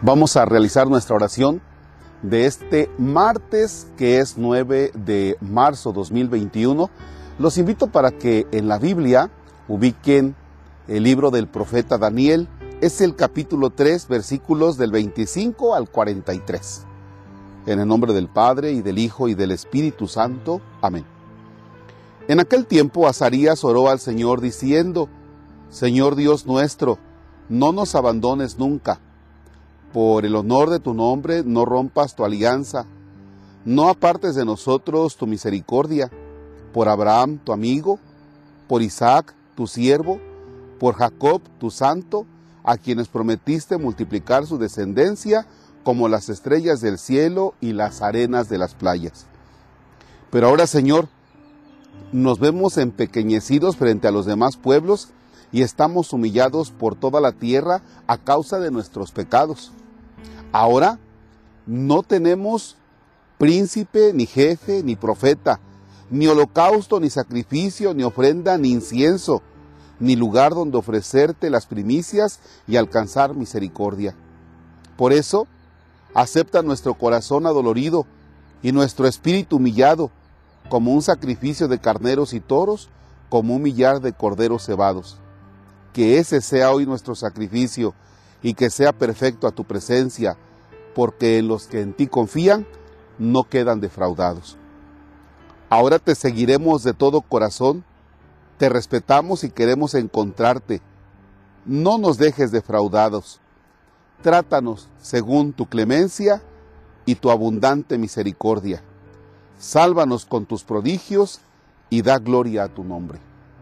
Vamos a realizar nuestra oración de este martes, que es 9 de marzo 2021. Los invito para que en la Biblia ubiquen el libro del profeta Daniel. Es el capítulo 3, versículos del 25 al 43. En el nombre del Padre, y del Hijo, y del Espíritu Santo. Amén. En aquel tiempo Azarías oró al Señor diciendo: Señor Dios nuestro, no nos abandones nunca. Por el honor de tu nombre, no rompas tu alianza. No apartes de nosotros tu misericordia. Por Abraham, tu amigo, por Isaac, tu siervo, por Jacob, tu santo, a quienes prometiste multiplicar su descendencia como las estrellas del cielo y las arenas de las playas. Pero ahora, Señor, nos vemos empequeñecidos frente a los demás pueblos y estamos humillados por toda la tierra a causa de nuestros pecados. Ahora no tenemos príncipe, ni jefe, ni profeta, ni holocausto, ni sacrificio, ni ofrenda, ni incienso, ni lugar donde ofrecerte las primicias y alcanzar misericordia. Por eso, acepta nuestro corazón adolorido y nuestro espíritu humillado, como un sacrificio de carneros y toros, como un millar de corderos cebados. Que ese sea hoy nuestro sacrificio, y que sea perfecto a tu presencia, porque en los que en ti confían no quedan defraudados. Ahora te seguiremos de todo corazón, te respetamos y queremos encontrarte. No nos dejes defraudados. Trátanos según tu clemencia y tu abundante misericordia. Sálvanos con tus prodigios y da gloria a tu nombre.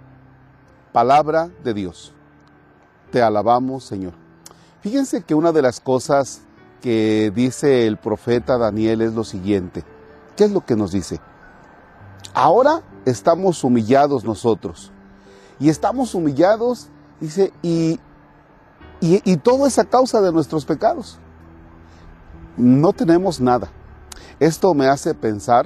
Palabra de Dios. Te alabamos, Señor. Fíjense que una de las cosas que dice el profeta Daniel es lo siguiente. ¿Qué es lo que nos dice? Ahora estamos humillados nosotros. Y estamos humillados, dice, y todo es a causa de nuestros pecados. No tenemos nada. Esto me hace pensar,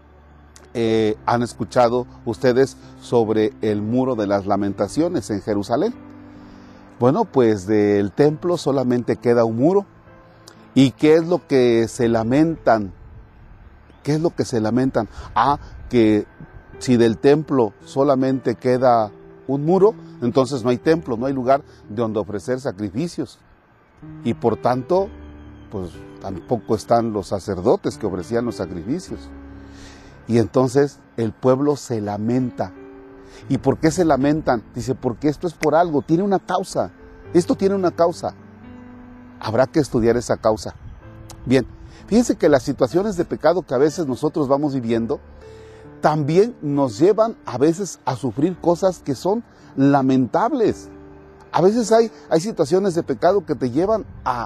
han escuchado ustedes sobre el muro de las lamentaciones en Jerusalén. Bueno, pues del templo solamente queda un muro. ¿Y qué es lo que se lamentan? ¿Qué es lo que se lamentan? Que si del templo solamente queda un muro, entonces no hay templo, no hay lugar de donde ofrecer sacrificios. Y por tanto, pues tampoco están los sacerdotes que ofrecían los sacrificios. Y entonces el pueblo se lamenta. ¿Y por qué se lamentan? Dice, porque esto es por algo, tiene una causa. Esto tiene una causa. Habrá que estudiar esa causa. Bien, fíjense que las situaciones de pecado que a veces nosotros vamos viviendo también nos llevan a veces a sufrir cosas que son lamentables. A veces hay situaciones de pecado que te llevan a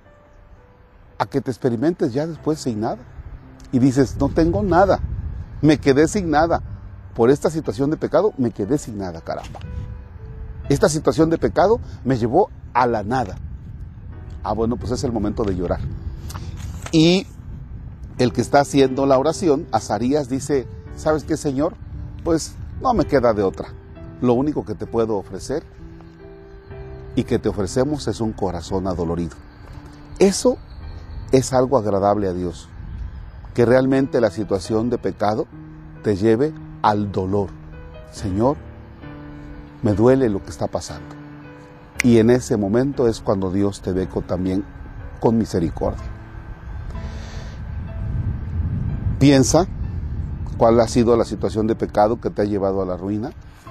que te experimentes ya después sin nada. Y dices, no tengo nada, me quedé sin nada. Por esta situación de pecado me quedé sin nada, caramba. Esta situación de pecado me llevó a la nada. Bueno, pues es el momento de llorar. Y el que está haciendo la oración, Azarías, dice, ¿sabes qué, Señor? Pues no me queda de otra. Lo único que te puedo ofrecer y que te ofrecemos es un corazón adolorido. Eso es algo agradable a Dios. Que realmente la situación de pecado te lleve al dolor. Señor, me duele lo que está pasando. Y en ese momento es cuando Dios te ve también con misericordia. Piensa cuál ha sido la situación de pecado que te ha llevado a la ruina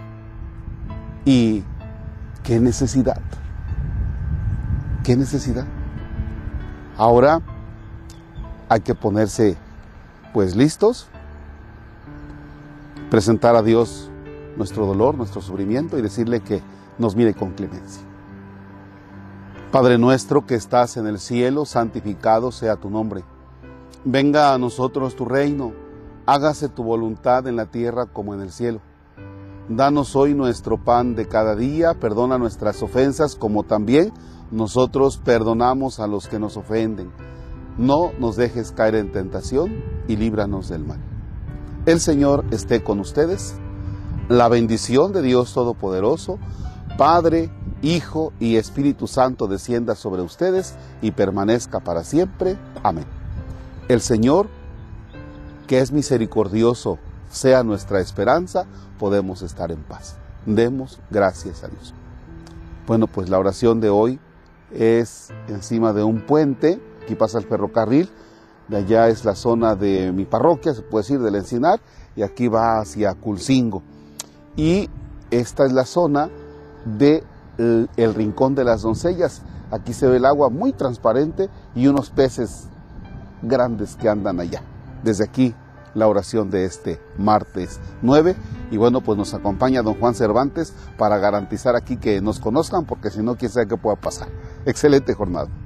y qué necesidad. ¿Qué necesidad? Ahora hay que ponerse pues listos, presentar a Dios nuestro dolor, nuestro sufrimiento y decirle que nos mire con clemencia. Padre nuestro que estás en el cielo, santificado sea tu nombre. Venga a nosotros tu reino, hágase tu voluntad en la tierra como en el cielo. Danos hoy nuestro pan de cada día, perdona nuestras ofensas como también nosotros perdonamos a los que nos ofenden. No nos dejes caer en tentación y líbranos del mal. El Señor esté con ustedes. La bendición de Dios Todopoderoso, Padre, Hijo y Espíritu Santo descienda sobre ustedes y permanezca para siempre. Amén. El Señor, que es misericordioso, sea nuestra esperanza, podemos estar en paz. Demos gracias a Dios. Bueno, pues la oración de hoy es encima de un puente. Aquí pasa el ferrocarril, de allá es la zona de mi parroquia, se puede decir, del Encinar, y aquí va hacia Culcingo. Y esta es la zona de el Rincón de las Doncellas. Aquí se ve el agua muy transparente y unos peces grandes que andan allá. Desde aquí la oración de este martes 9, y bueno, pues nos acompaña don Juan Cervantes para garantizar aquí que nos conozcan, porque si no, quién sabe qué pueda pasar. Excelente jornada.